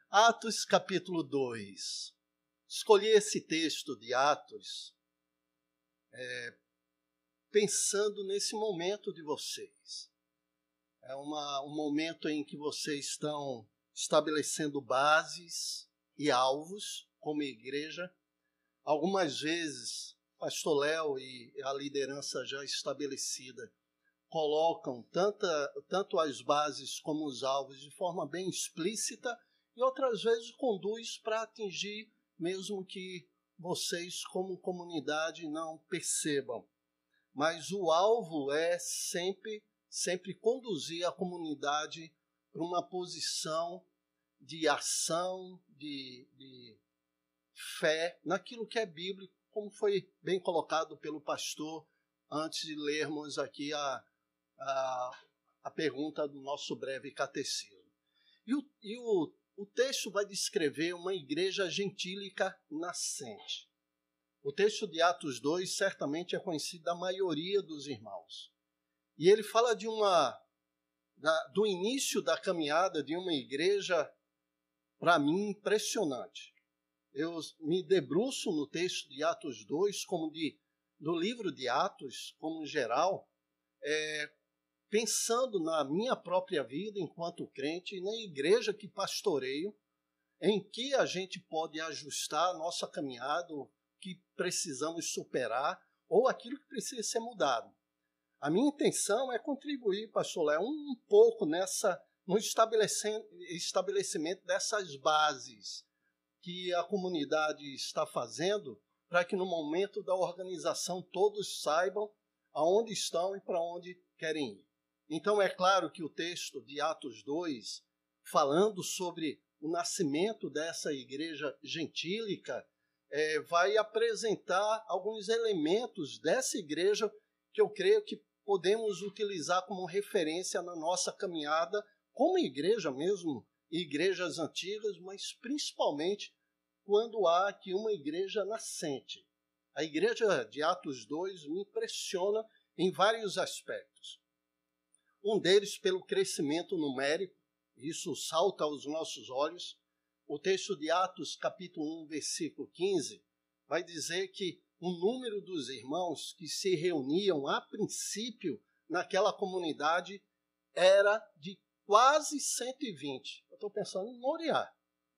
Atos capítulo 2. Escolhi esse texto de Atos pensando nesse momento de vocês. É um momento em que vocês estão estabelecendo bases e alvos como igreja. Algumas vezes, pastor Léo e a liderança já estabelecida colocam tanto as bases como os alvos de forma bem explícita e outras vezes conduz para atingir mesmo que vocês como comunidade não percebam. Mas o alvo é sempre conduzir a comunidade para uma posição de ação, de fé, naquilo que é bíblico, como foi bem colocado pelo pastor antes de lermos aqui a pergunta do nosso breve catecismo. E o texto vai descrever uma igreja gentílica nascente. O texto de Atos 2 certamente é conhecido da maioria dos irmãos. E ele fala do início da caminhada de uma igreja, para mim, impressionante. Eu me debruço no texto de Atos 2, do livro de Atos, como geral, pensando na minha própria vida enquanto crente e na igreja que pastoreio, em que a gente pode ajustar a nossa caminhada, o que precisamos superar ou aquilo que precisa ser mudado. A minha intenção é contribuir, pastor Léo, um pouco no estabelecimento dessas bases que a comunidade está fazendo para que no momento da organização todos saibam aonde estão e para onde querem ir. Então é claro que o texto de Atos 2, falando sobre o nascimento dessa igreja gentílica, vai apresentar alguns elementos dessa igreja que eu creio que podemos utilizar como referência na nossa caminhada como igreja mesmo, igrejas antigas, mas principalmente quando há aqui uma igreja nascente. A igreja de Atos 2 me impressiona em vários aspectos. Um deles pelo crescimento numérico, isso salta aos nossos olhos. O texto de Atos, capítulo 1, versículo 15, vai dizer que o número dos irmãos que se reuniam a princípio naquela comunidade era de quase 120. Eu estou pensando em Moriá.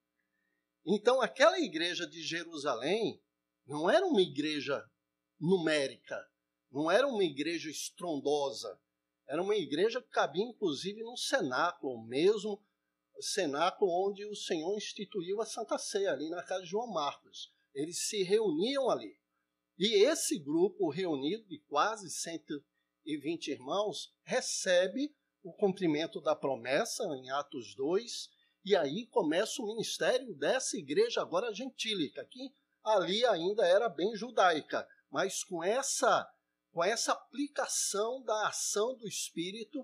Então, aquela igreja de Jerusalém não era uma igreja numérica, não era uma igreja estrondosa. Era uma igreja que cabia, inclusive, num cenáculo, o mesmo cenáculo onde o Senhor instituiu a Santa Ceia, ali na casa de João Marcos. Eles se reuniam ali. E esse grupo reunido, de quase 120 irmãos, recebe o cumprimento da promessa, em Atos 2, e aí começa o ministério dessa igreja agora gentílica, que ali ainda era bem judaica, mas com essa aplicação da ação do Espírito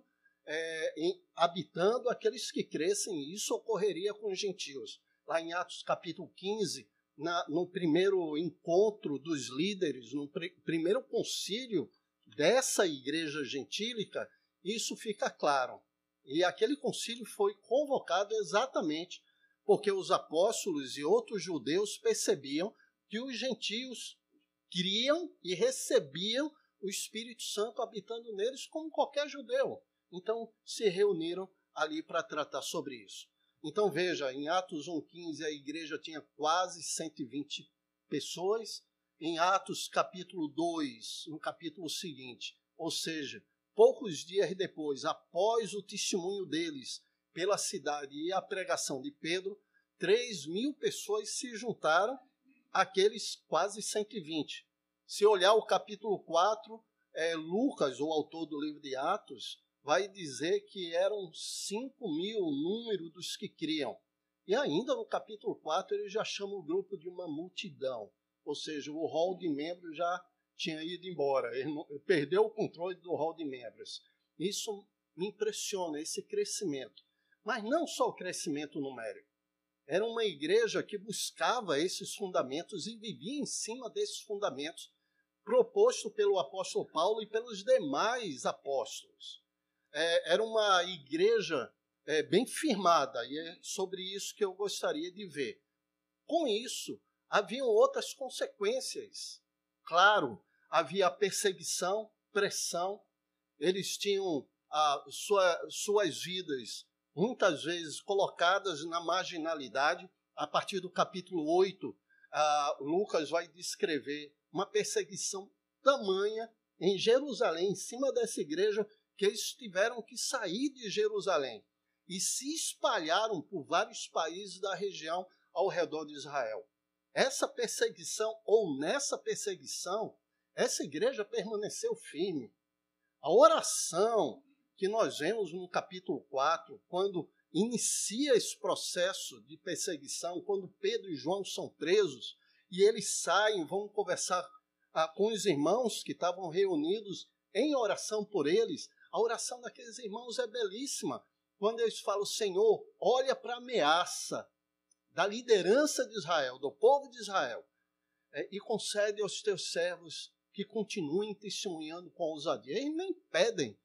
habitando aqueles que crescem, isso ocorreria com os gentios. Lá em Atos capítulo 15, no primeiro encontro dos líderes, no primeiro concílio dessa igreja gentílica, isso fica claro. E aquele concílio foi convocado exatamente porque os apóstolos e outros judeus percebiam que os gentios criam e recebiam o Espírito Santo habitando neles como qualquer judeu. Então, se reuniram ali para tratar sobre isso. Então, veja, em Atos 1,15, a igreja tinha quase 120 pessoas. Em Atos capítulo 2, no capítulo seguinte, ou seja, poucos dias depois, após o testemunho deles pela cidade e a pregação de Pedro, 3.000 pessoas se juntaram àqueles quase 120. Se olhar o capítulo 4, Lucas, o autor do livro de Atos, vai dizer que eram 5.000 o número dos que criam. E ainda no capítulo 4 ele já chama o grupo de uma multidão. Ou seja, o rol de membros já tinha ido embora. Ele perdeu o controle do rol de membros. Isso me impressiona, esse crescimento. Mas não só o crescimento numérico. Era uma igreja que buscava esses fundamentos e vivia em cima desses fundamentos proposto pelo apóstolo Paulo e pelos demais apóstolos. Era uma igreja bem firmada, e é sobre isso que eu gostaria de ver. Com isso, haviam outras consequências. Claro, havia perseguição, pressão, eles tinham suas vidas muitas vezes colocadas na marginalidade. A partir do capítulo 8, Lucas vai descrever uma perseguição tamanha em Jerusalém, em cima dessa igreja, que eles tiveram que sair de Jerusalém e se espalharam por vários países da região ao redor de Israel. Essa perseguição, ou nessa perseguição, essa igreja permaneceu firme. A oração que nós vemos no capítulo 4, quando inicia esse processo de perseguição, quando Pedro e João são presos, e eles saem, vão conversar com os irmãos que estavam reunidos em oração por eles. A oração daqueles irmãos é belíssima, quando eles falam: Senhor, olha para a ameaça da liderança de Israel, do povo de Israel, e concede aos teus servos que continuem testemunhando com ousadia. Eles nem pedem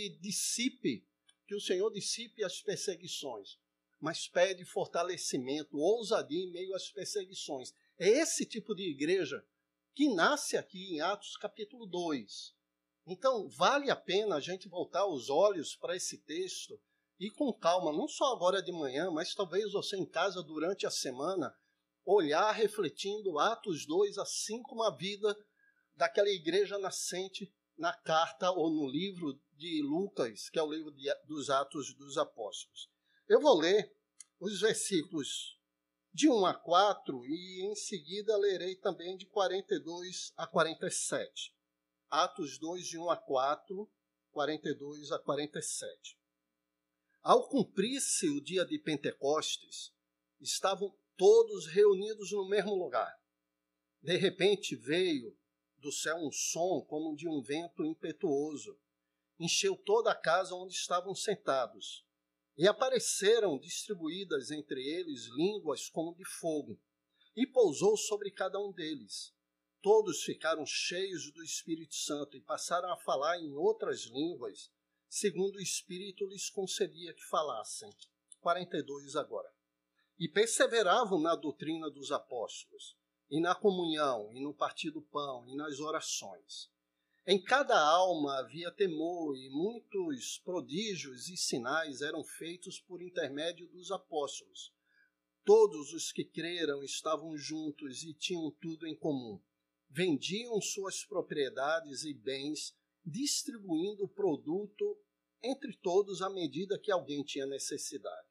que o Senhor dissipe as perseguições, mas pede fortalecimento, ousadia em meio às perseguições. É esse tipo de igreja que nasce aqui em Atos capítulo 2. Então, vale a pena a gente voltar os olhos para esse texto e com calma, não só agora de manhã, mas talvez você em casa durante a semana, olhar refletindo Atos 2, assim como a vida daquela igreja nascente na carta ou no livro de Lucas, que é o livro dos Atos dos Apóstolos. Eu vou ler os versículos de 1 a 4 e em seguida lerei também de 42 a 47. Atos 2, de 1 a 4, 42 a 47. Ao cumprir-se o dia de Pentecostes, estavam todos reunidos no mesmo lugar. De repente veio do céu um som como de um vento impetuoso. Encheu toda a casa onde estavam sentados. E apareceram distribuídas entre eles línguas como de fogo, e pousou sobre cada um deles. Todos ficaram cheios do Espírito Santo e passaram a falar em outras línguas, segundo o Espírito lhes concedia que falassem. 42 agora. E perseveravam na doutrina dos apóstolos, e na comunhão, e no partir do pão, e nas orações. Em cada alma havia temor, e muitos prodígios e sinais eram feitos por intermédio dos apóstolos. Todos os que creram estavam juntos e tinham tudo em comum. Vendiam suas propriedades e bens, distribuindo o produto entre todos à medida que alguém tinha necessidade.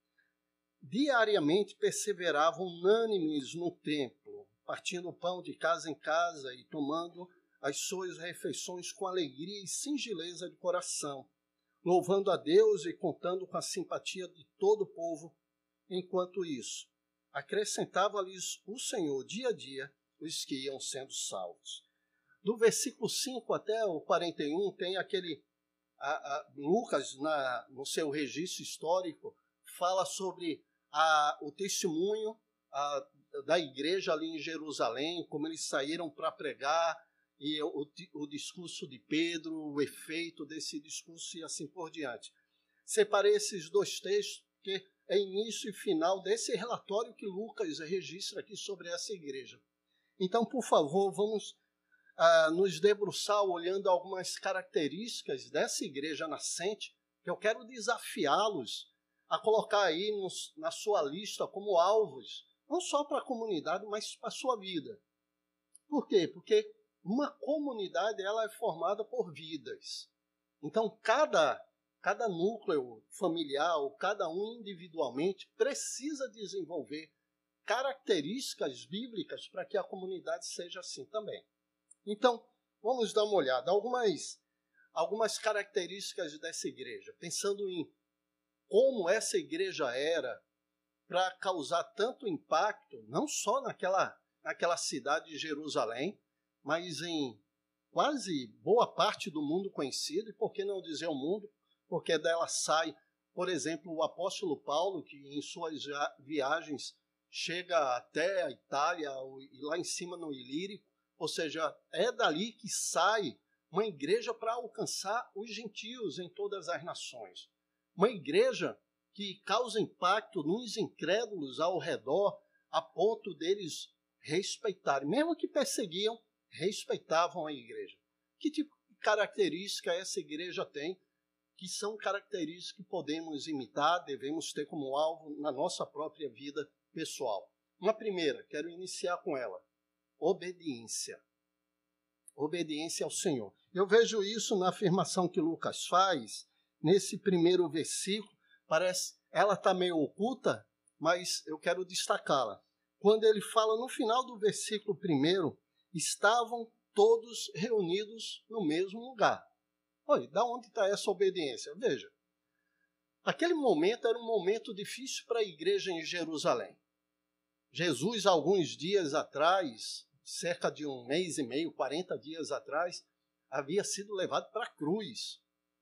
Diariamente perseveravam unânimes no templo, partindo o pão de casa em casa e tomando as suas refeições com alegria e singeleza de coração, louvando a Deus e contando com a simpatia de todo o povo. Enquanto isso, acrescentava-lhes o Senhor dia a dia os que iam sendo salvos. Do versículo 5 até o 41 tem aquele... Lucas, no seu registro histórico, fala sobre o testemunho da igreja ali em Jerusalém, como eles saíram para pregar, e o discurso de Pedro, o efeito desse discurso e assim por diante. Separei esses dois textos, porque é início e final desse relatório que Lucas registra aqui sobre essa igreja. Então, por favor, vamos nos debruçar olhando algumas características dessa igreja nascente, que eu quero desafiá-los a colocar aí na sua lista como alvos, não só para a comunidade, mas para a sua vida. Por quê? Porque uma comunidade ela é formada por vidas. Então, cada núcleo familiar, ou cada um individualmente, precisa desenvolver características bíblicas para que a comunidade seja assim também. Então, vamos dar uma olhada. Algumas características dessa igreja, pensando em como essa igreja era para causar tanto impacto, não só naquela cidade de Jerusalém, mas em quase boa parte do mundo conhecido, e por que não dizer o mundo, porque dela sai, por exemplo, o apóstolo Paulo, que em suas viagens chega até a Itália, e lá em cima no Ilírico, ou seja, é dali que sai uma igreja para alcançar os gentios em todas as nações. Uma igreja que causa impacto nos incrédulos ao redor, a ponto deles respeitarem, mesmo que perseguiam, respeitavam a igreja. Que tipo de característica essa igreja tem, que são características que podemos imitar, devemos ter como alvo na nossa própria vida pessoal? Uma primeira, quero iniciar com ela: obediência. Obediência ao Senhor. Eu vejo isso na afirmação que Lucas faz, nesse primeiro versículo. Parece, ela está meio oculta, mas eu quero destacá-la. Quando ele fala no final do versículo 1, estavam todos reunidos no mesmo lugar. Olha, da onde está essa obediência? Veja, aquele momento era um momento difícil para a igreja em Jerusalém. Jesus, alguns dias atrás, cerca de 1 mês e meio, 40 dias atrás, havia sido levado para a cruz.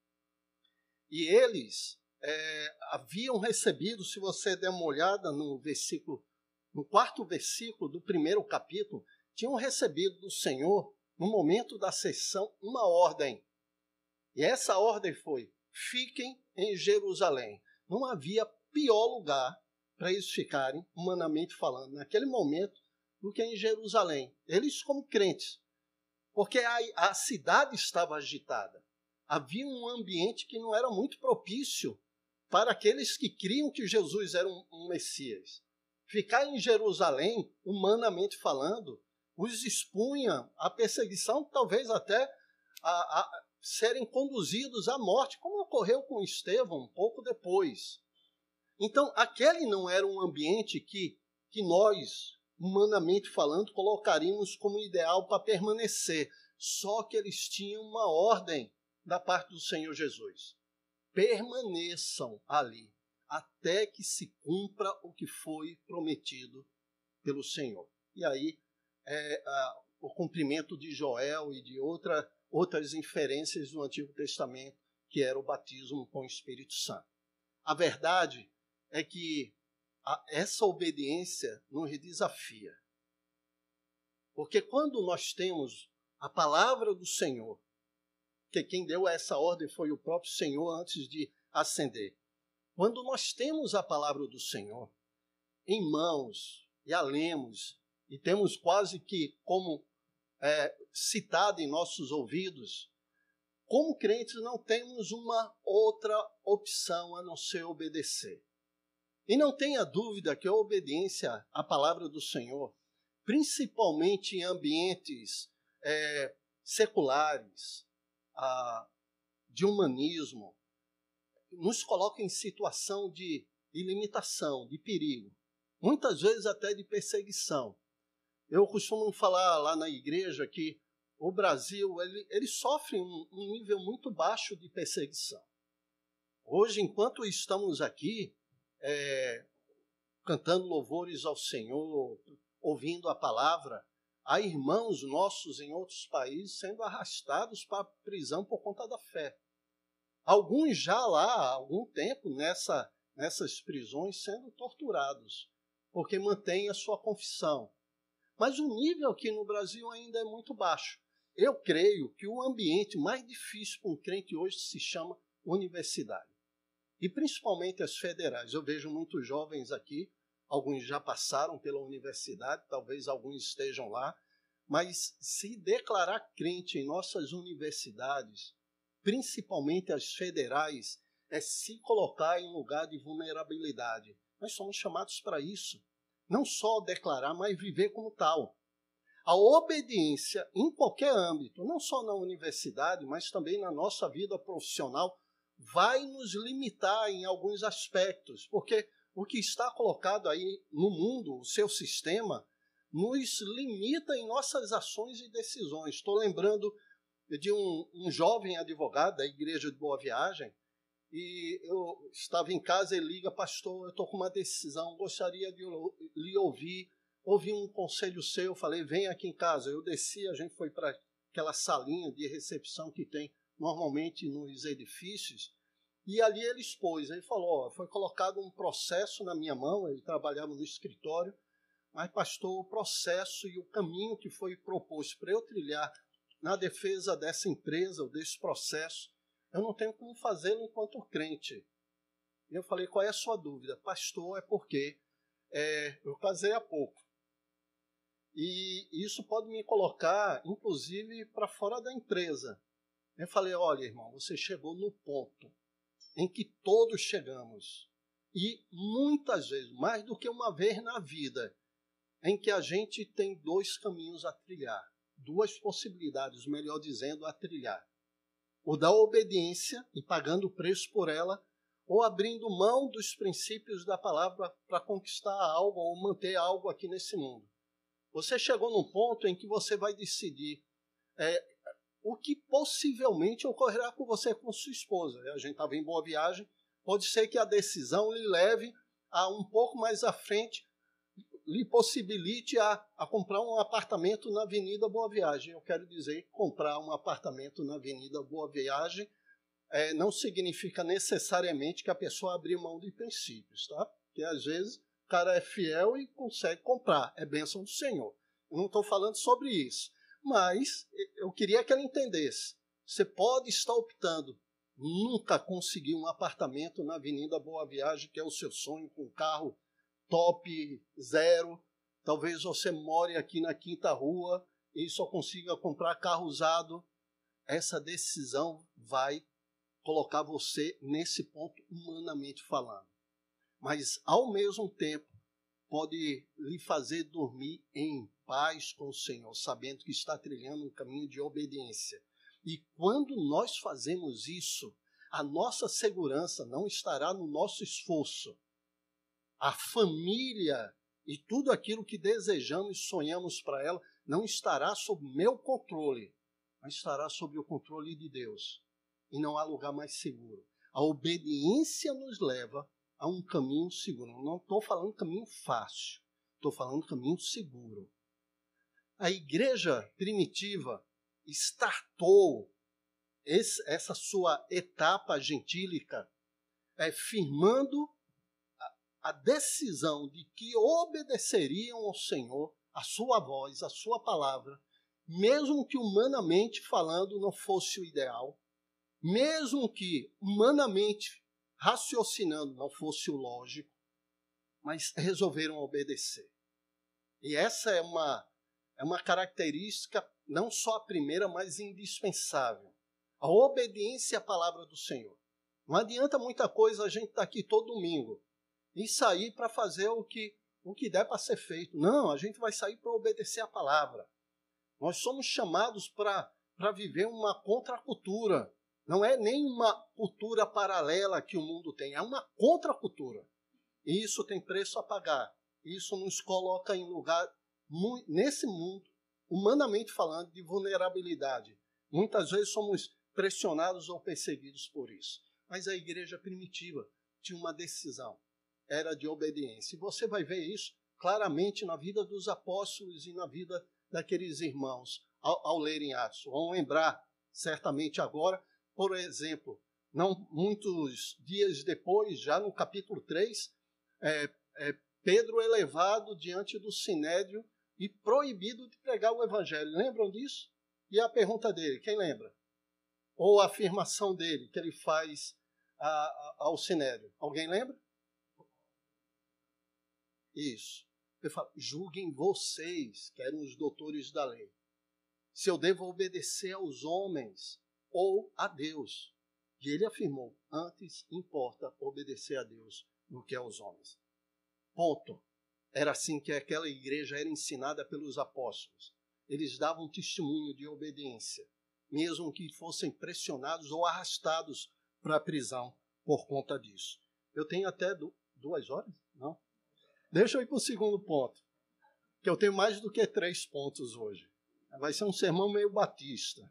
E eles haviam recebido, se você der uma olhada no quarto versículo do primeiro capítulo, tinham recebido do Senhor, no momento da sessão, uma ordem. E essa ordem foi: fiquem em Jerusalém. Não havia pior lugar para eles ficarem, humanamente falando, naquele momento, do que em Jerusalém. Eles como crentes. Porque a cidade estava agitada. Havia um ambiente que não era muito propício para aqueles que criam que Jesus era um Messias. Ficar em Jerusalém, humanamente falando, os expunha à perseguição, talvez até a serem conduzidos à morte, como ocorreu com Estevão um pouco depois. Então, aquele não era um ambiente que nós, humanamente falando, colocaríamos como ideal para permanecer. Só que eles tinham uma ordem da parte do Senhor Jesus: permaneçam ali, até que se cumpra o que foi prometido pelo Senhor. E aí, o cumprimento de Joel e de outras inferências do Antigo Testamento, que era o batismo com o Espírito Santo. A verdade é que essa obediência nos desafia. Porque quando nós temos a palavra do Senhor, que quem deu essa ordem foi o próprio Senhor antes de ascender. Quando nós temos a palavra do Senhor em mãos e a lemos, e temos quase que como citado em nossos ouvidos, como crentes não temos uma outra opção a não ser obedecer. E não tenha dúvida que a obediência à palavra do Senhor, principalmente em ambientes seculares, de humanismo, nos coloca em situação de limitação, de perigo, muitas vezes até de perseguição. Eu costumo falar lá na igreja que o Brasil ele sofre um nível muito baixo de perseguição. Hoje, enquanto estamos aqui, cantando louvores ao Senhor, ouvindo a palavra, há irmãos nossos em outros países sendo arrastados para a prisão por conta da fé. Alguns já lá há algum tempo nessas prisões sendo torturados, porque mantêm a sua confissão. Mas o nível aqui no Brasil ainda é muito baixo. Eu creio que o ambiente mais difícil para um crente hoje se chama universidade. E principalmente as federais. Eu vejo muitos jovens aqui, alguns já passaram pela universidade, talvez alguns estejam lá, mas se declarar crente em nossas universidades, principalmente as federais, é se colocar em lugar de vulnerabilidade. Nós somos chamados para isso. Não só declarar, mas viver como tal. A obediência em qualquer âmbito, não só na universidade, mas também na nossa vida profissional, vai nos limitar em alguns aspectos, porque o que está colocado aí no mundo, o seu sistema, nos limita em nossas ações e decisões. Estou lembrando de um jovem advogado da Igreja de Boa Viagem, e eu estava em casa, ele liga: pastor, eu estou com uma decisão, gostaria de lhe ouvir um conselho seu. Eu falei: vem aqui em casa. Eu desci, a gente foi para aquela salinha de recepção que tem normalmente nos edifícios, e ali ele expôs. Ele falou: foi colocado um processo na minha mão, ele trabalhava no escritório, mas pastor, o processo e o caminho que foi proposto para eu trilhar na defesa dessa empresa ou desse processo, eu não tenho como fazê-lo enquanto crente. E eu falei, qual é a sua dúvida? Pastor, é porque eu casei há pouco. E isso pode me colocar, inclusive, para fora da empresa. Eu falei, olha, irmão, você chegou no ponto em que todos chegamos. E muitas vezes, mais do que uma vez na vida, em que a gente tem dois caminhos a trilhar. Duas possibilidades, melhor dizendo, a trilhar. O da obediência e pagando o preço por ela, ou abrindo mão dos princípios da palavra para conquistar algo ou manter algo aqui nesse mundo. Você chegou num ponto em que você vai decidir o que possivelmente ocorrerá com você e com sua esposa. A gente estava em Boa Viagem, pode ser que a decisão lhe leve a um pouco mais à frente, lhe possibilite a comprar um apartamento na Avenida Boa Viagem. Eu quero dizer, comprar um apartamento na Avenida Boa Viagem não significa necessariamente que a pessoa abriu mão de princípios, tá? Porque às vezes o cara é fiel e consegue comprar, é bênção do Senhor. Eu não estou falando sobre isso, mas eu queria que ela entendesse. Você pode estar optando, nunca conseguir um apartamento na Avenida Boa Viagem, que é o seu sonho, com carro top, zero. Talvez você more aqui na Quinta Rua e só consiga comprar carro usado. Essa decisão vai colocar você nesse ponto humanamente falando. Mas, ao mesmo tempo, pode lhe fazer dormir em paz com o Senhor, sabendo que está trilhando um caminho de obediência. E quando nós fazemos isso, a nossa segurança não estará no nosso esforço. A família e tudo aquilo que desejamos e sonhamos para ela não estará sob meu controle, mas estará sob o controle de Deus. E não há lugar mais seguro. A obediência nos leva a um caminho seguro. Não estou falando caminho fácil, estou falando caminho seguro. A igreja primitiva startou essa sua etapa gentílica firmando a decisão de que obedeceriam ao Senhor, a sua voz, a sua palavra, mesmo que humanamente falando não fosse o ideal, mesmo que humanamente raciocinando não fosse o lógico, mas resolveram obedecer. E essa é uma característica, não só a primeira, mas indispensável. A obediência à palavra do Senhor. Não adianta muita coisa a gente estar aqui todo domingo e sair para fazer o que der para ser feito. Não, a gente vai sair para obedecer a palavra. Nós somos chamados para viver uma contracultura. Não é nem uma cultura paralela que o mundo tem, é uma contracultura. E isso tem preço a pagar. Isso nos coloca em lugar, nesse mundo, humanamente falando, de vulnerabilidade. Muitas vezes somos pressionados ou perseguidos por isso. Mas a igreja primitiva tinha uma decisão, era de obediência. E você vai ver isso claramente na vida dos apóstolos e na vida daqueles irmãos ao lerem Atos. Vão lembrar certamente agora, por exemplo, não muitos dias depois, já no capítulo 3, Pedro é levado diante do Sinédrio e proibido de pregar o evangelho. Lembram disso? E a pergunta dele, quem lembra? Ou a afirmação dele, que ele faz ao Sinédrio. Alguém lembra? Isso. Ele fala, julguem vocês, que eram os doutores da lei, se eu devo obedecer aos homens ou a Deus. E ele afirmou, antes importa obedecer a Deus do que aos homens. Ponto. Era assim que aquela igreja era ensinada pelos apóstolos. Eles davam testemunho de obediência, mesmo que fossem pressionados ou arrastados para a prisão por conta disso. Eu tenho até 2 horas? Não? Deixa eu ir para o segundo ponto, que eu tenho mais do que 3 pontos hoje. Vai ser um sermão meio batista.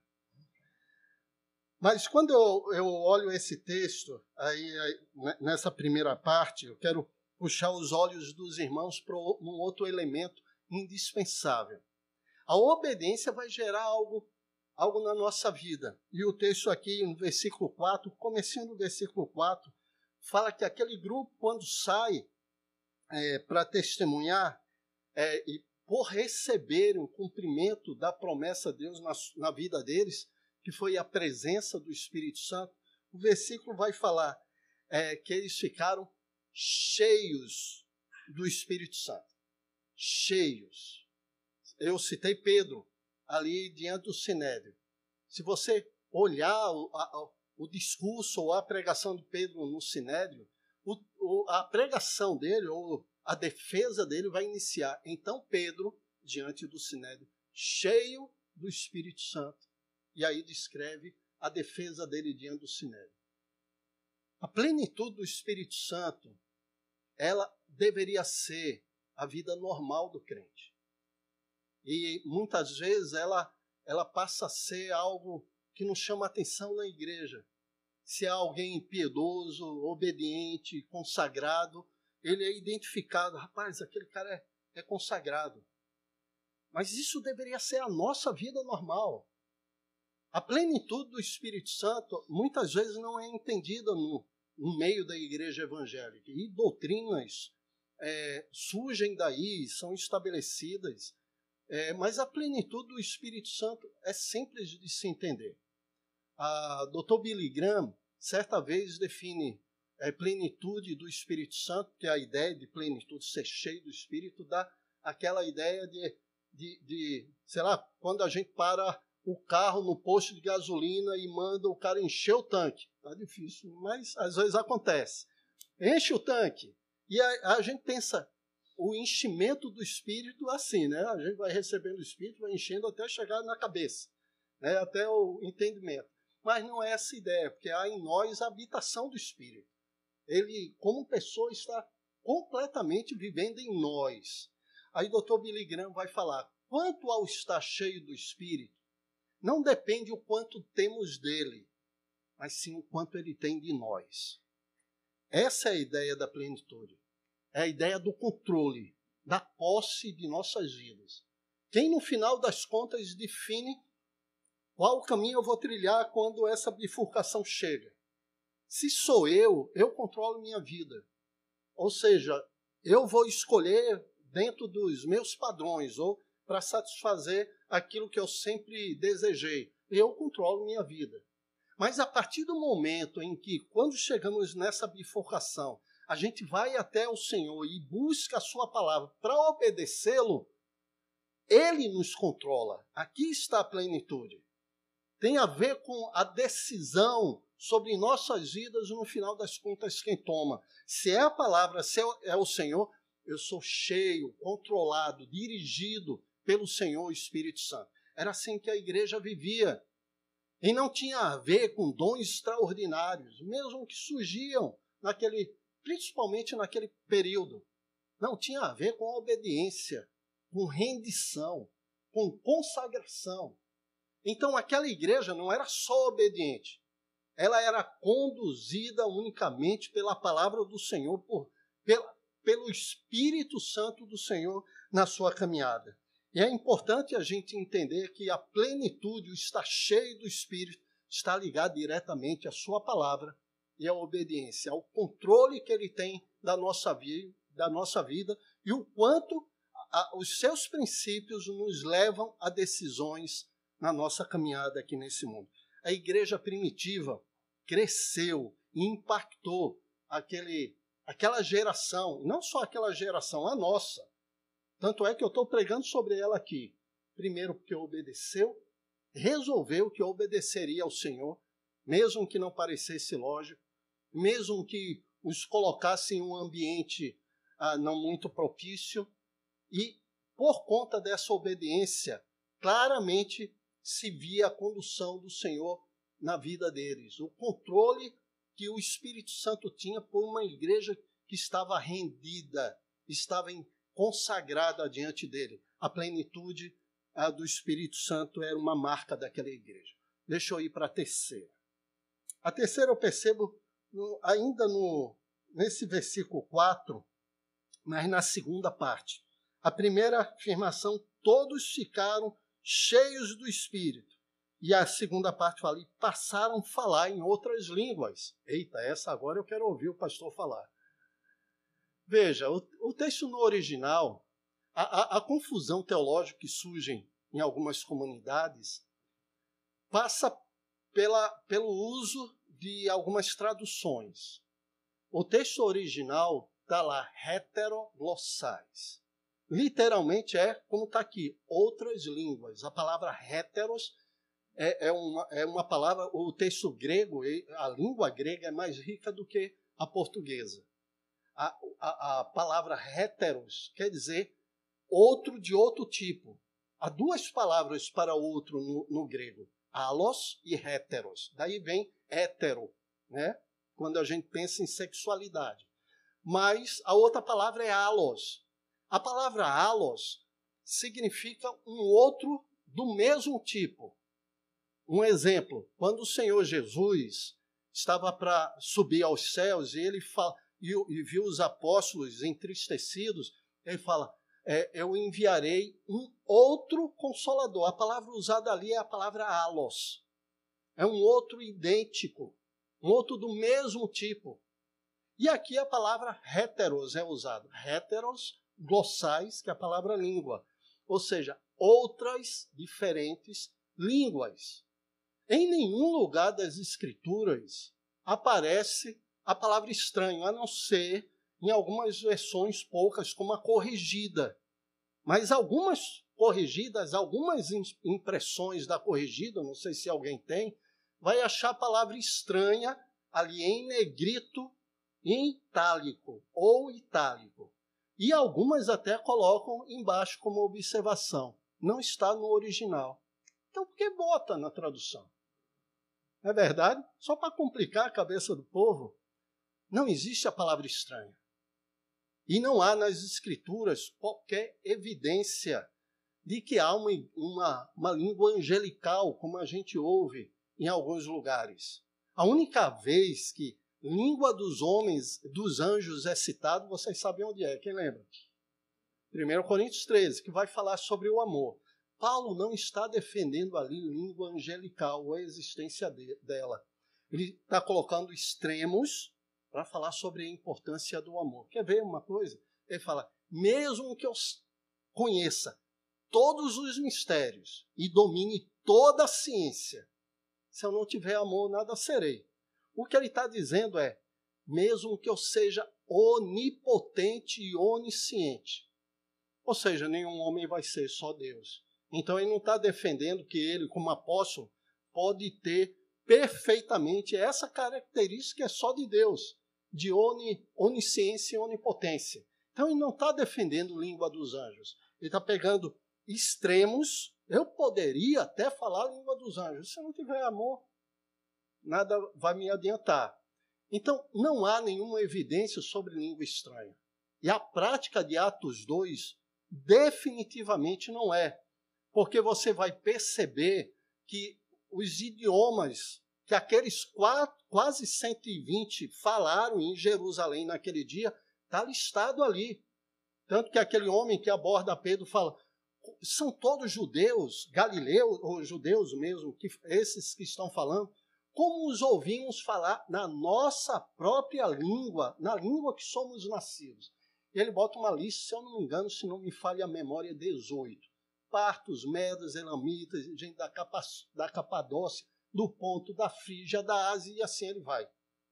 Mas quando eu olho esse texto, nessa primeira parte, eu quero puxar os olhos dos irmãos para um outro elemento indispensável. A obediência vai gerar algo na nossa vida. E o texto aqui, no versículo 4, comecinho do versículo 4, fala que aquele grupo, quando sai para testemunhar, e por receberem o cumprimento da promessa de Deus na vida deles, que foi a presença do Espírito Santo, o versículo vai falar, que eles ficaram cheios do Espírito Santo. Cheios. Eu citei Pedro ali diante do Sinédrio. Se você olhar o discurso ou a pregação de Pedro no Sinédrio, a pregação dele ou a defesa dele vai iniciar. Então Pedro, diante do Sinédrio, cheio do Espírito Santo, e aí descreve a defesa dele diante do Sinédrio. A plenitude do Espírito Santo, ela deveria ser a vida normal do crente. E muitas vezes ela passa a ser algo que nos chama a atenção na igreja. Se é alguém piedoso, obediente, consagrado, ele é identificado. Rapaz, aquele cara é consagrado. Mas isso deveria ser a nossa vida normal. A plenitude do Espírito Santo muitas vezes não é entendida no meio da igreja evangélica. E doutrinas surgem daí, são estabelecidas. Mas a plenitude do Espírito Santo é simples de se entender. A Dr. Billy Graham, certa vez, define plenitude do Espírito Santo, que é a ideia de plenitude, ser cheio do Espírito, dá aquela ideia de sei lá, quando a gente para o carro no posto de gasolina e manda o cara encher o tanque. Tá difícil, mas às vezes acontece. Enche o tanque. E a gente pensa o enchimento do Espírito assim, né? A gente vai recebendo o Espírito, vai enchendo até chegar na cabeça, né? Até o entendimento. Mas não é essa ideia, porque há em nós a habitação do Espírito. Ele, como pessoa, está completamente vivendo em nós. Aí o Dr. Billy Graham vai falar, quanto ao estar cheio do Espírito, não depende o quanto temos dele, mas sim o quanto ele tem de nós. Essa é a ideia da plenitude. É a ideia do controle, da posse de nossas vidas. Quem, no final das contas, define qual caminho eu vou trilhar quando essa bifurcação chega. Se sou eu controlo minha vida. Ou seja, eu vou escolher dentro dos meus padrões ou para satisfazer aquilo que eu sempre desejei. Eu controlo minha vida. Mas a partir do momento em que, quando chegamos nessa bifurcação, a gente vai até o Senhor e busca a sua palavra para obedecê-lo, ele nos controla. Aqui está a plenitude. Tem a ver com a decisão sobre nossas vidas, no final das contas, quem toma. Se é a palavra, se é o Senhor, eu sou cheio, controlado, dirigido pelo Senhor Espírito Santo. Era assim que a igreja vivia. E não tinha a ver com dons extraordinários, mesmo que surgiam principalmente naquele período. Não, tinha a ver com obediência, com rendição, com consagração. Então aquela igreja não era só obediente, ela era conduzida unicamente pela palavra do Senhor, pelo Espírito Santo do Senhor na sua caminhada. E é importante a gente entender que a plenitude, o estar cheio do Espírito, está ligado diretamente à sua palavra e à obediência, ao controle que ele tem da nossa vida e o quanto os seus princípios nos levam a decisões na nossa caminhada aqui nesse mundo. A igreja primitiva cresceu e impactou aquela geração, não só aquela geração, a nossa. Tanto é que eu estou pregando sobre ela aqui. Primeiro porque obedeceu, resolveu que obedeceria ao Senhor, mesmo que não parecesse lógico, mesmo que os colocasse em um ambiente não muito propício, e por conta dessa obediência, claramente se via a condução do Senhor na vida deles, o controle que o Espírito Santo tinha por uma igreja que estava rendida, estava consagrada diante dele. A plenitude do Espírito Santo era uma marca daquela igreja. Deixa eu ir para a terceira. A terceira eu percebo ainda nesse versículo 4, mas na segunda parte. A primeira afirmação, todos ficaram cheios do Espírito. E a segunda parte fala, e passaram a falar em outras línguas. Eita, essa agora eu quero ouvir o pastor falar. Veja, o texto no original, a confusão teológica que surge em algumas comunidades passa pelo uso de algumas traduções. O texto original está lá, heteroglossais. Literalmente é como está aqui, outras línguas. A palavra heteros é uma palavra, o texto grego, a língua grega é mais rica do que a portuguesa. A palavra heteros quer dizer outro de outro tipo. Há duas palavras para outro no grego, allos e heteros. Daí vem hétero, né? Quando a gente pensa em sexualidade. Mas a outra palavra é allos. A palavra allos significa um outro do mesmo tipo. Um exemplo, quando o Senhor Jesus estava para subir aos céus e viu os apóstolos entristecidos, ele fala, eu enviarei um outro consolador. A palavra usada ali é a palavra allos. É um outro idêntico, um outro do mesmo tipo. E aqui a palavra heteros é usada. Heteros, glossais, que é a palavra língua. Ou seja, outras diferentes línguas. Em nenhum lugar das Escrituras aparece a palavra estranho, a não ser em algumas versões, poucas, como a corrigida. Mas algumas corrigidas, algumas impressões da corrigida, não sei se alguém tem, vai achar a palavra estranha ali em negrito, em itálico ou itálico. E algumas até colocam embaixo como observação. Não está no original. Então, por que bota na tradução? Não é verdade? Só para complicar a cabeça do povo. Não existe a palavra estranha. E não há nas Escrituras qualquer evidência de que há uma língua angelical, como a gente ouve em alguns lugares. A única vez que língua dos homens, dos anjos é citado, vocês sabem onde é, quem lembra? 1 Coríntios 13, que vai falar sobre o amor. Paulo não está defendendo ali língua angelical, ou a existência dela. Ele está colocando extremos para falar sobre a importância do amor. Quer ver uma coisa? Ele fala, mesmo que eu conheça todos os mistérios e domine toda a ciência, se eu não tiver amor, nada serei. O que ele está dizendo é, mesmo que eu seja onipotente e onisciente, ou seja, nenhum homem vai ser, só Deus. Então ele não está defendendo que ele, como apóstolo, pode ter perfeitamente essa característica que é só de Deus, de onisciência e onipotência. Então ele não está defendendo língua dos anjos. Ele está pegando extremos. Eu poderia até falar a língua dos anjos. Se eu não tiver amor, nada vai me adiantar. Então, não há nenhuma evidência sobre língua estranha. E a prática de Atos 2 definitivamente não é. Porque você vai perceber que os idiomas que aqueles quase 120 falaram em Jerusalém naquele dia, está listado ali. Tanto que aquele homem que aborda Pedro fala, são todos judeus, galileus, ou judeus mesmo, esses que estão falando, como os ouvimos falar na nossa própria língua, na língua que somos nascidos. E ele bota uma lista, se eu não me engano, se não me falha a memória, 18. Partos, medas, elamitas, gente da Capadócia, do Ponto, da Frígia, da Ásia, e assim ele vai.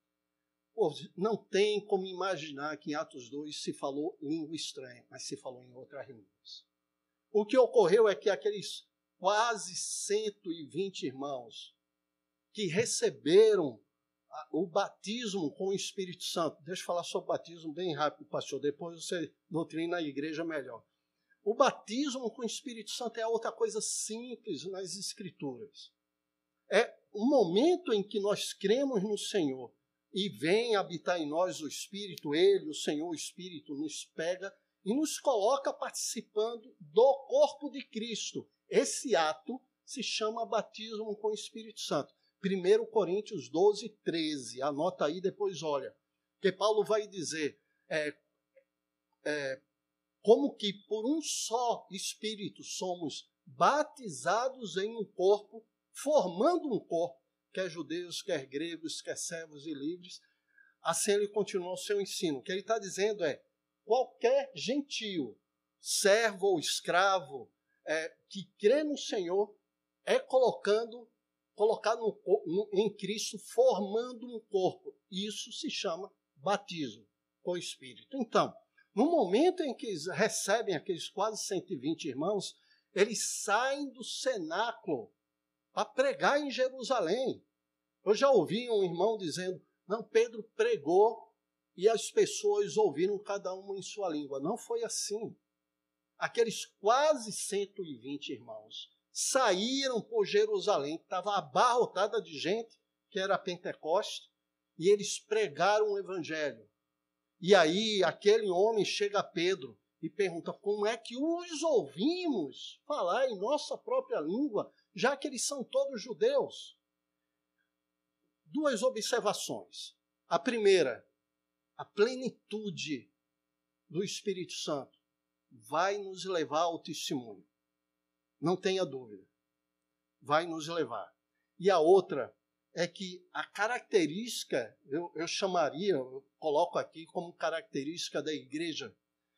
Pô, não tem como imaginar que em Atos 2 se falou língua estranha, mas se falou em outras línguas. O que ocorreu é que aqueles quase 120 irmãos que receberam o batismo com o Espírito Santo. Deixa eu falar sobre o batismo bem rápido, pastor, depois você doutrina a igreja melhor. O batismo com o Espírito Santo é outra coisa simples nas Escrituras. É o momento em que nós cremos no Senhor e vem habitar em nós o Espírito, Ele, o Senhor, o Espírito, nos pega e nos coloca participando do corpo de Cristo. Esse ato se chama batismo com o Espírito Santo. 1 Coríntios 12, 13. Anota aí, depois olha. Que Paulo vai dizer, como que por um só Espírito somos batizados em um corpo, formando um corpo, quer judeus, quer gregos, quer servos e livres. Assim ele continua o seu ensino. O que ele está dizendo é, qualquer gentio, servo ou escravo, que crê no Senhor, é colocado em Cristo, formando um corpo. Isso se chama batismo com o Espírito. Então, no momento em que eles recebem aqueles quase 120 irmãos, eles saem do cenáculo para pregar em Jerusalém. Eu já ouvi um irmão dizendo, não, Pedro pregou e as pessoas ouviram cada uma em sua língua. Não foi assim. Aqueles quase 120 irmãos saíram por Jerusalém, que estava abarrotada de gente, que era Pentecoste, e eles pregaram o evangelho. E aí aquele homem chega a Pedro e pergunta, como é que os ouvimos falar em nossa própria língua, já que eles são todos judeus? Duas observações. A primeira, a plenitude do Espírito Santo vai nos levar ao testemunho. Não tenha dúvida. Vai nos levar. E a outra é que a característica, eu chamaria, eu coloco aqui como característica da igreja,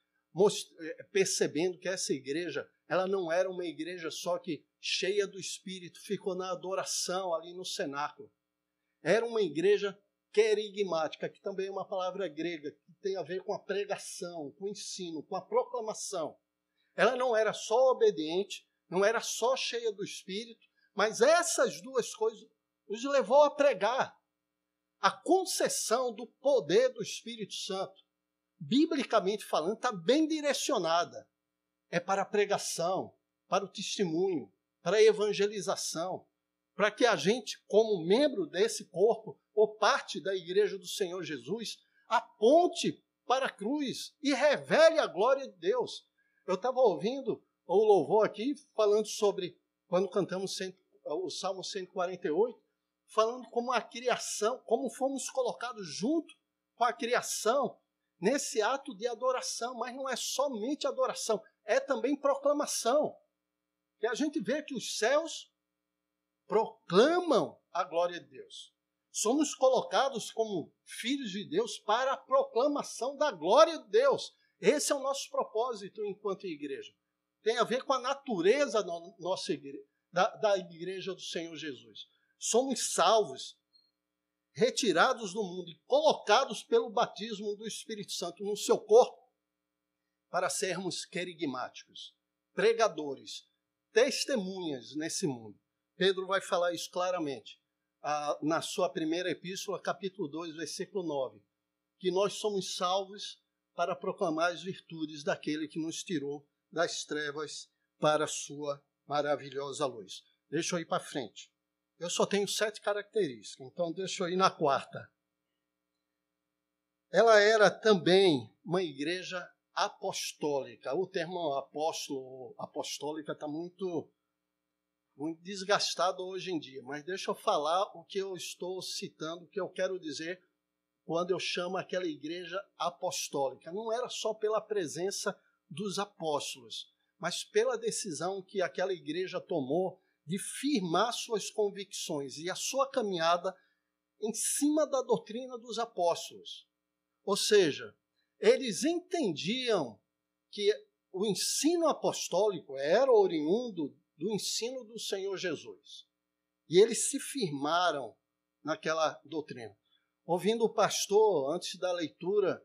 percebendo que essa igreja, ela não era uma igreja só que cheia do Espírito, ficou na adoração ali no cenáculo. Era uma igreja querigmática, que também é uma palavra grega, que tem a ver com a pregação, com o ensino, com a proclamação. Ela não era só obediente, não era só cheia do Espírito, mas essas duas coisas os levou a pregar. A concessão do poder do Espírito Santo, biblicamente falando, está bem direcionada. É para a pregação, para o testemunho, para a evangelização, para que a gente, como membro desse corpo, ou parte da igreja do Senhor Jesus, aponte para a cruz e revele a glória de Deus. Eu estava ouvindo o louvor aqui, falando sobre, quando cantamos o Salmo 148, falando como a criação, como fomos colocados junto com a criação, nesse ato de adoração, mas não é somente adoração, é também proclamação. E a gente vê que os céus proclamam a glória de Deus. Somos colocados como filhos de Deus para a proclamação da glória de Deus. Esse é o nosso propósito enquanto igreja. Tem a ver com a natureza da nossa igreja, da igreja do Senhor Jesus. Somos salvos, retirados do mundo e colocados pelo batismo do Espírito Santo no seu corpo para sermos querigmáticos, pregadores, testemunhas nesse mundo. Pedro vai falar isso claramente na sua primeira epístola, capítulo 2, versículo 9, que nós somos salvos para proclamar as virtudes daquele que nos tirou das trevas para a sua maravilhosa luz. Deixa eu ir para frente. Eu só tenho 7 características, então deixa eu ir na quarta. Ela era também uma igreja apostólica. O termo apóstolo, apostólica está muito desgastado hoje em dia, mas deixa eu falar o que eu estou citando, o que eu quero dizer quando eu chamo aquela igreja apostólica. Não era só pela presença dos apóstolos, mas pela decisão que aquela igreja tomou de firmar suas convicções e a sua caminhada em cima da doutrina dos apóstolos. Ou seja, eles entendiam que o ensino apostólico era oriundo do ensino do Senhor Jesus. E eles se firmaram naquela doutrina. Ouvindo o pastor, antes da leitura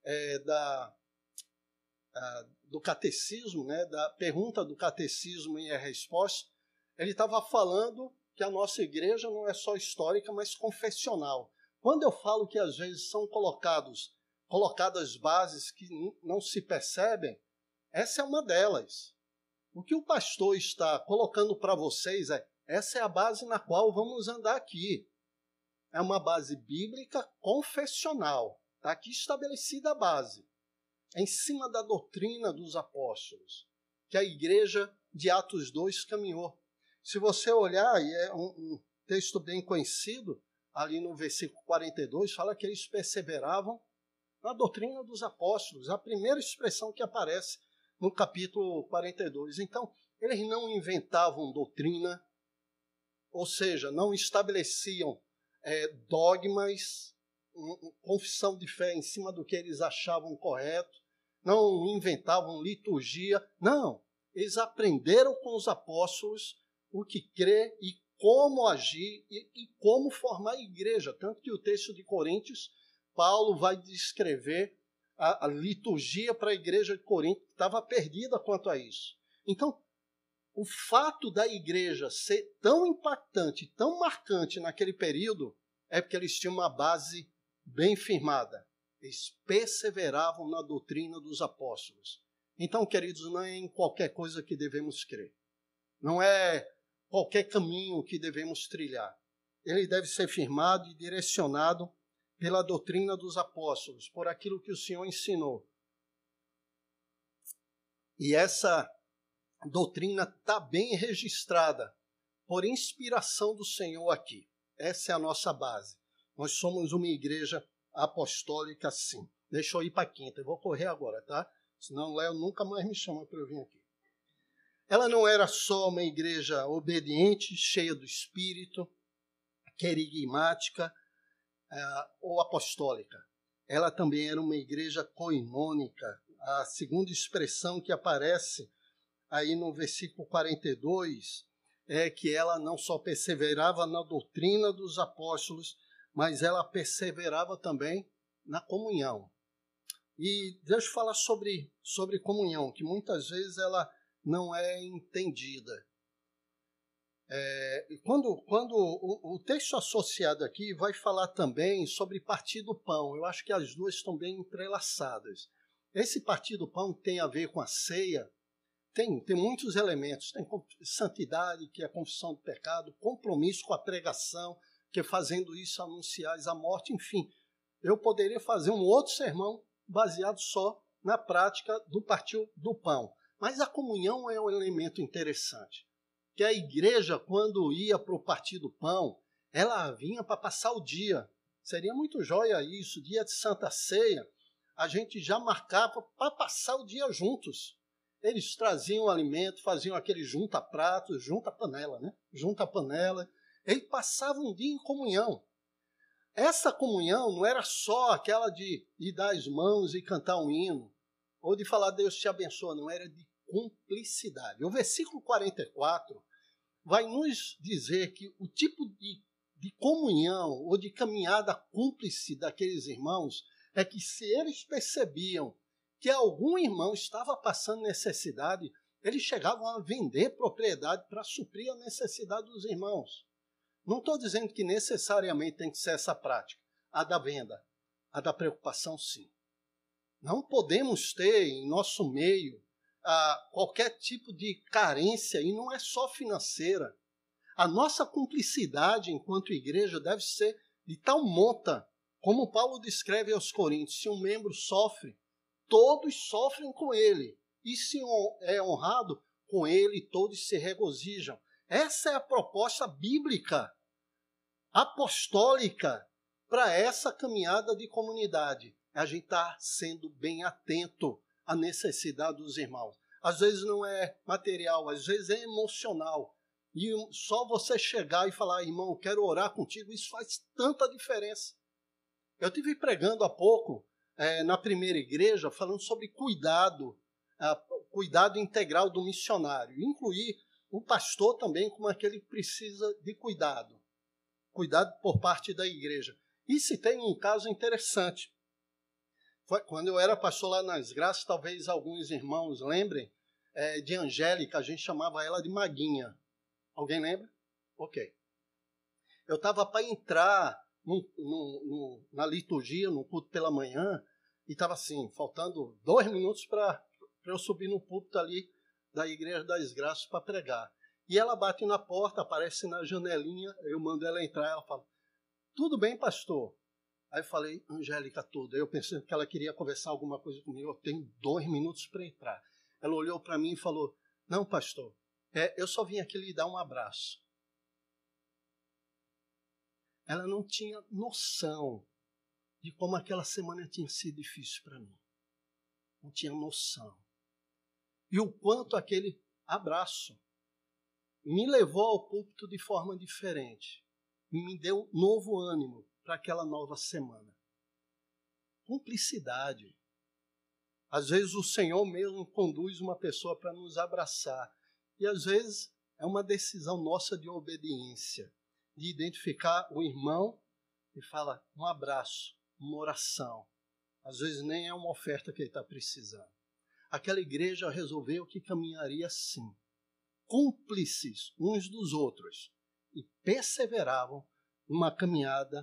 do catecismo, da pergunta do catecismo e a resposta, ele estava falando que a nossa igreja não é só histórica, mas confessional. Quando eu falo que às vezes são colocadas bases que não se percebem, essa é uma delas. O que o pastor está colocando para vocês essa é a base na qual vamos andar aqui. É uma base bíblica confessional. Está aqui estabelecida a base. É em cima da doutrina dos apóstolos que a igreja de Atos 2 caminhou. Se você olhar, e é um texto bem conhecido, ali no versículo 42, fala que eles perseveravam na doutrina dos apóstolos. A primeira expressão que aparece no capítulo 42. Então, eles não inventavam doutrina, ou seja, não estabeleciam dogmas, confissão de fé em cima do que eles achavam correto, não inventavam liturgia, não. Eles aprenderam com os apóstolos o que crer e como agir e como formar a igreja. Tanto que o texto de Coríntios Paulo vai descrever a liturgia para a igreja de Corinto, que estava perdida quanto a isso. Então, o fato da igreja ser tão impactante, tão marcante naquele período, é porque eles tinham uma base bem firmada. Eles perseveravam na doutrina dos apóstolos. Então, queridos, não é em qualquer coisa que devemos crer. Não é qualquer caminho que devemos trilhar. Ele deve ser firmado e direcionado pela doutrina dos apóstolos, por aquilo que o Senhor ensinou. E essa doutrina está bem registrada por inspiração do Senhor aqui. Essa é a nossa base. Nós somos uma igreja apostólica, sim. Deixa eu ir para a quinta. Eu vou correr agora, tá? Senão o Léo nunca mais me chama para eu vir aqui. Ela não era só uma igreja obediente, cheia do Espírito, querigmática ou apostólica. Ela também era uma igreja coinônica. A segunda expressão que aparece aí no versículo 42 é que ela não só perseverava na doutrina dos apóstolos, mas ela perseverava também na comunhão. E deixa eu falar sobre comunhão, que muitas vezes ela não é entendida. Quando o texto associado aqui vai falar também sobre partir do pão, eu acho que as duas estão bem entrelaçadas. Esse partir do pão tem a ver com a ceia, tem muitos elementos, tem santidade, que é a confissão do pecado, compromisso com a pregação, que fazendo isso anunciais a morte, enfim. Eu poderia fazer um outro sermão baseado só na prática do partir do pão. Mas a comunhão é um elemento interessante. Que a igreja, quando ia para o partir do pão, ela vinha para passar o dia. Seria muito jóia isso, dia de Santa Ceia, a gente já marcava para passar o dia juntos. Eles traziam o alimento, faziam aquele junta-pratos, junta-panela, né? Junta-panela. Eles passavam um dia em comunhão. Essa comunhão não era só aquela de dar as mãos e cantar um hino, ou de falar Deus te abençoa, não, era de cumplicidade. O versículo 44 vai nos dizer que o tipo de comunhão ou de caminhada cúmplice daqueles irmãos é que se eles percebiam que algum irmão estava passando necessidade, eles chegavam a vender propriedade para suprir a necessidade dos irmãos. Não estou dizendo que necessariamente tem que ser essa prática, a da venda, a da preocupação, sim. Não podemos ter em nosso meio qualquer tipo de carência, e não é só financeira. A nossa cumplicidade enquanto igreja deve ser de tal monta, como Paulo descreve aos Coríntios: se um membro sofre, todos sofrem com ele, e se é honrado, com ele todos se regozijam. Essa é a proposta bíblica, apostólica, para essa caminhada de comunidade. A gente está sendo bem atento à necessidade dos irmãos. Às vezes não é material, às vezes é emocional. E só você chegar e falar: irmão, quero orar contigo, isso faz tanta diferença. Eu estive pregando há pouco, na primeira igreja, falando sobre cuidado integral do missionário. Incluir o pastor também como aquele que precisa de cuidado por parte da igreja. E se tem um caso interessante. Quando eu era pastor lá nas Graças, talvez alguns irmãos lembrem, de Angélica, a gente chamava ela de Maguinha. Alguém lembra? Ok. Eu estava para entrar na liturgia, no culto pela manhã, e estava assim, faltando 2 minutos para eu subir no púlpito ali da Igreja das Graças para pregar. E ela bate na porta, aparece na janelinha, eu mando ela entrar, ela fala: tudo bem, pastor? Aí eu falei: Angélica, tudo. Aí eu pensei que ela queria conversar alguma coisa comigo, eu tenho 2 minutos para entrar. Ela olhou para mim e falou: não, pastor, eu só vim aqui lhe dar um abraço. Ela não tinha noção de como aquela semana tinha sido difícil para mim. Não tinha noção. E o quanto aquele abraço me levou ao púlpito de forma diferente. Me deu novo ânimo para aquela nova semana. Cumplicidade. Às vezes o Senhor mesmo conduz uma pessoa para nos abraçar. E às vezes é uma decisão nossa de obediência, de identificar o irmão e falar: um abraço. uma oração. Às vezes nem é uma oferta que ele está precisando. Aquela igreja resolveu que caminharia assim, cúmplices uns dos outros, e perseveravam numa caminhada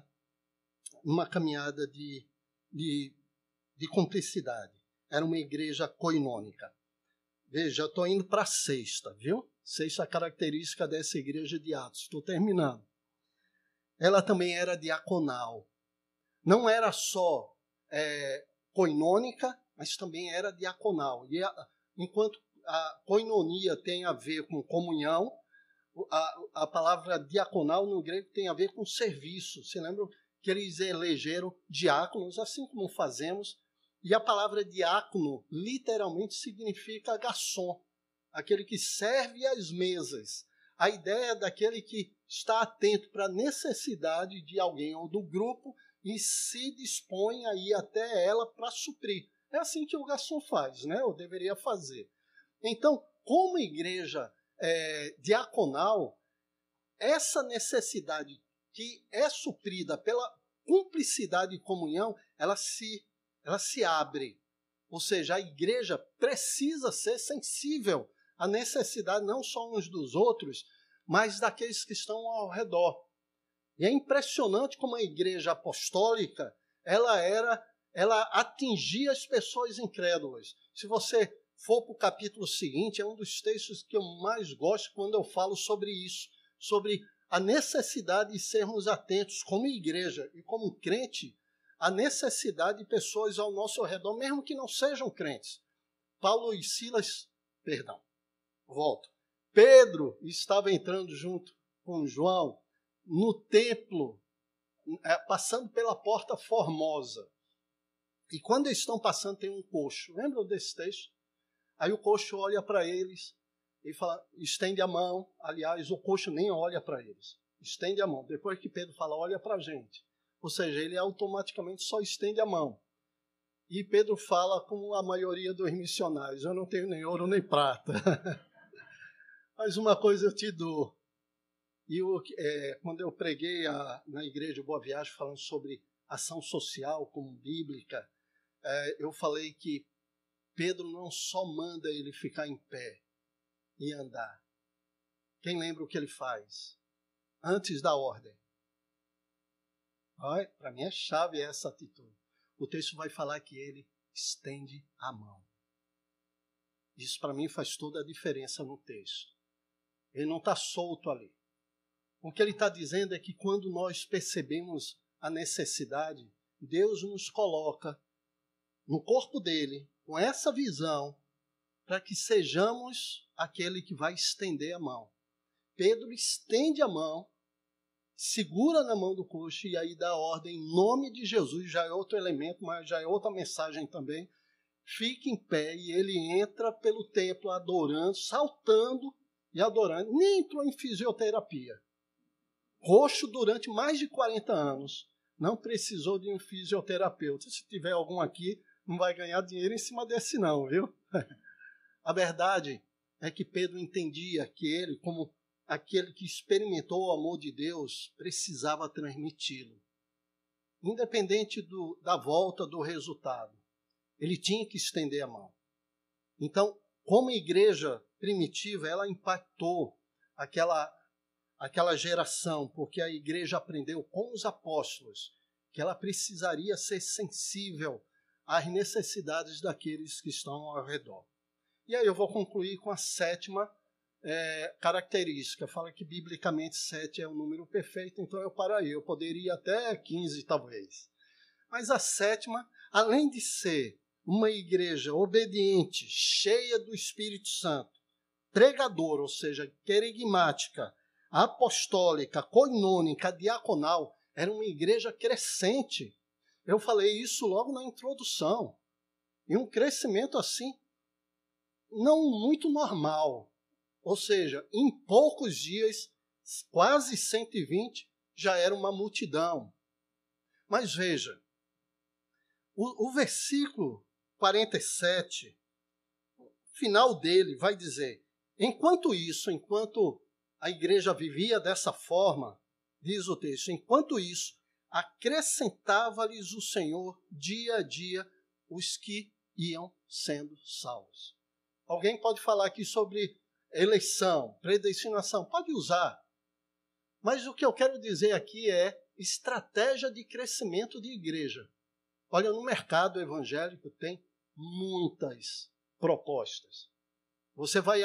de cumplicidade. Era uma igreja coinônica. Veja, eu estou indo para a sexta, viu? Sexta característica dessa igreja de Atos. Estou terminando. Ela também era diaconal. Não era só coinônica, mas também era diaconal. E enquanto a coinonia tem a ver com comunhão, a palavra diaconal no grego tem a ver com serviço. Você lembra que eles elegeram diáconos, assim como fazemos? E a palavra diácono literalmente significa garçom, aquele que serve às mesas. A ideia daquele que está atento para a necessidade de alguém ou do grupo e se dispõe a ir até ela para suprir. É assim que o garçom faz, né? Ou deveria fazer. Então, como igreja diaconal, essa necessidade que é suprida pela cumplicidade e comunhão, ela se abre. Ou seja, a igreja precisa ser sensível à necessidade não só uns dos outros, mas daqueles que estão ao redor. E é impressionante como a igreja apostólica, ela atingia as pessoas incrédulas. Se você for para o capítulo seguinte, é um dos textos que eu mais gosto quando eu falo sobre isso, sobre a necessidade de sermos atentos como igreja e como crente, a necessidade de pessoas ao nosso redor, mesmo que não sejam crentes. Pedro estava entrando junto com João no templo, passando pela porta formosa. E quando eles estão passando, tem um coxo. Lembram desse texto? Aí o coxo olha para eles e fala, estende a mão. Aliás, o coxo nem olha para eles. Estende a mão. Depois que Pedro fala, olha para a gente. Ou seja, ele automaticamente só estende a mão. E Pedro fala como a maioria dos missionários, eu não tenho nem ouro nem prata. Mas uma coisa eu te dou. E quando eu preguei na igreja Boa Viagem falando sobre ação social como bíblica, eu falei que Pedro não só manda ele ficar em pé e andar. Quem lembra o que ele faz? Antes da ordem. Para mim é chave essa atitude. O texto vai falar que ele estende a mão. Isso para mim faz toda a diferença no texto. Ele não está solto ali. O que ele está dizendo é que quando nós percebemos a necessidade, Deus nos coloca no corpo dele, com essa visão, para que sejamos aquele que vai estender a mão. Pedro estende a mão, segura na mão do coxo e aí dá ordem em nome de Jesus, já é outro elemento, mas já é outra mensagem também. Fique em pé e ele entra pelo templo adorando, saltando e adorando. Nem entrou em fisioterapia. Coxo durante mais de 40 anos. Não precisou de um fisioterapeuta. Se tiver algum aqui, não vai ganhar dinheiro em cima desse não, viu? A verdade é que Pedro entendia que ele, como aquele que experimentou o amor de Deus, precisava transmiti-lo. Independente da volta, do resultado. Ele tinha que estender a mão. Então, como igreja primitiva, ela impactou aquela geração, porque a igreja aprendeu com os apóstolos que ela precisaria ser sensível às necessidades daqueles que estão ao redor. E aí eu vou concluir com a sétima característica. Fala que biblicamente 7 é o número perfeito, então eu pararia. Eu poderia ir até 15 talvez. Mas a sétima, além de ser uma igreja obediente, cheia do Espírito Santo, pregadora, ou seja, querigmática, apostólica, coinônica, diaconal, era uma igreja crescente. Eu falei isso logo na introdução. E um crescimento assim, não muito normal. Ou seja, em poucos dias, quase 120, já era uma multidão. Mas veja, o versículo 47, final dele, vai dizer, enquanto a igreja vivia dessa forma, diz o texto, enquanto isso, acrescentava-lhes o Senhor dia a dia os que iam sendo salvos. Alguém pode falar aqui sobre eleição, predestinação, pode usar. Mas o que eu quero dizer aqui é estratégia de crescimento de igreja. Olha, no mercado evangélico tem muitas propostas. Você vai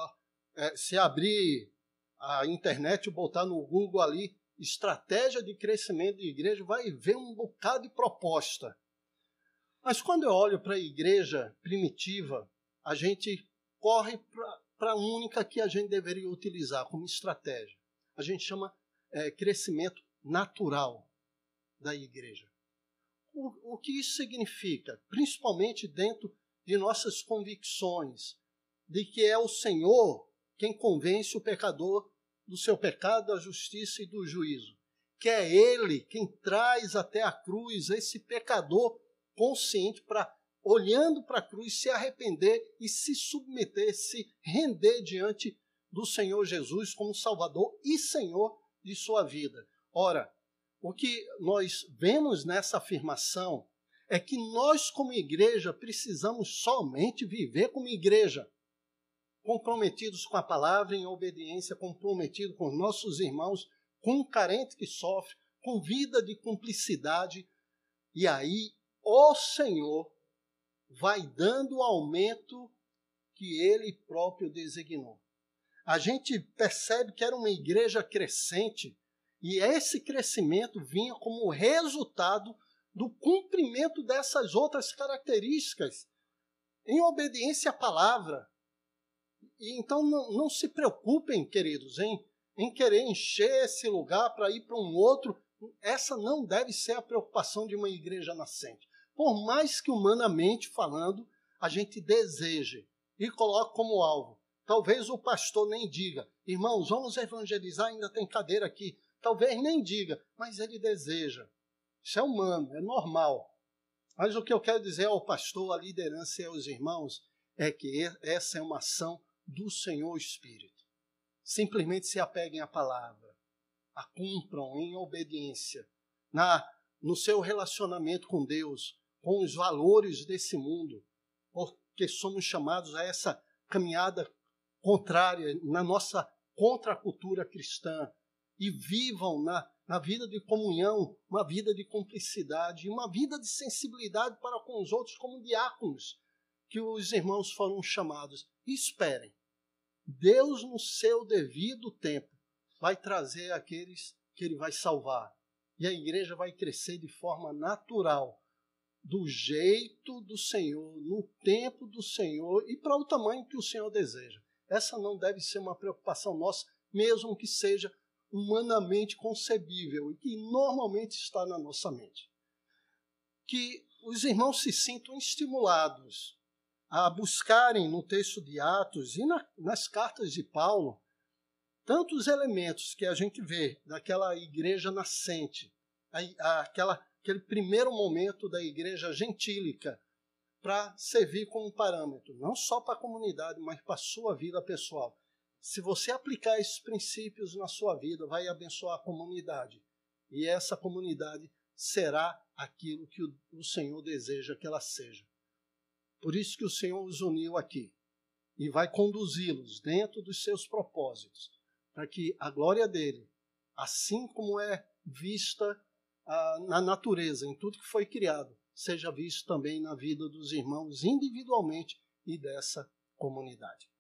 se abrir a internet e botar no Google ali, estratégia de crescimento de igreja, vai ver um bocado de proposta. Mas quando eu olho para a igreja primitiva, a gente corre para a única que a gente deveria utilizar como estratégia. A gente chama crescimento natural da igreja. O que isso significa? Principalmente dentro de nossas convicções, de que é o Senhor quem convence o pecador do seu pecado, da justiça e do juízo. Que é Ele quem traz até a cruz esse pecador consciente para, olhando para a cruz, se arrepender e se submeter, se render diante do Senhor Jesus como Salvador e Senhor de sua vida. Ora, o que nós vemos nessa afirmação é que nós, como igreja, precisamos somente viver como igreja, comprometidos com a palavra, em obediência, comprometidos com os nossos irmãos, com um carente que sofre, com vida de cumplicidade. E aí, o Senhor vai dando o aumento que Ele próprio designou. A gente percebe que era uma igreja crescente, e esse crescimento vinha como resultado do cumprimento dessas outras características, em obediência à palavra. E então não se preocupem, queridos, em querer encher esse lugar para ir para um outro. Essa não deve ser a preocupação de uma igreja nascente. Por mais que humanamente falando, a gente deseje e coloque como alvo. Talvez o pastor nem diga, irmãos, vamos evangelizar, ainda tem cadeira aqui. Talvez nem diga, mas ele deseja. Isso é humano, é normal. Mas o que eu quero dizer ao pastor, à liderança e aos irmãos é que essa é uma ação do Senhor Espírito. Simplesmente se apeguem à palavra, a cumpram em obediência, no seu relacionamento com Deus, com os valores desse mundo, porque somos chamados a essa caminhada contrária, na nossa contracultura cristã, e vivam na vida de comunhão, uma vida de cumplicidade, uma vida de sensibilidade para com os outros, como diáconos, que os irmãos foram chamados. E esperem, Deus, no seu devido tempo, vai trazer aqueles que Ele vai salvar. E a igreja vai crescer de forma natural, do jeito do Senhor, no tempo do Senhor e para o tamanho que o Senhor deseja. Essa não deve ser uma preocupação nossa, mesmo que seja humanamente concebível e que normalmente está na nossa mente. Que os irmãos se sintam estimulados a buscarem no texto de Atos e nas cartas de Paulo tantos elementos que a gente vê daquela igreja nascente, aquele primeiro momento da igreja gentílica, para servir como parâmetro, não só para a comunidade, mas para a sua vida pessoal. Se você aplicar esses princípios na sua vida, vai abençoar a comunidade. E essa comunidade será aquilo que o Senhor deseja que ela seja. Por isso que o Senhor os uniu aqui e vai conduzi-los dentro dos seus propósitos, para que a glória dele, assim como é vista na natureza, em tudo que foi criado, seja visto também na vida dos irmãos individualmente e dessa comunidade.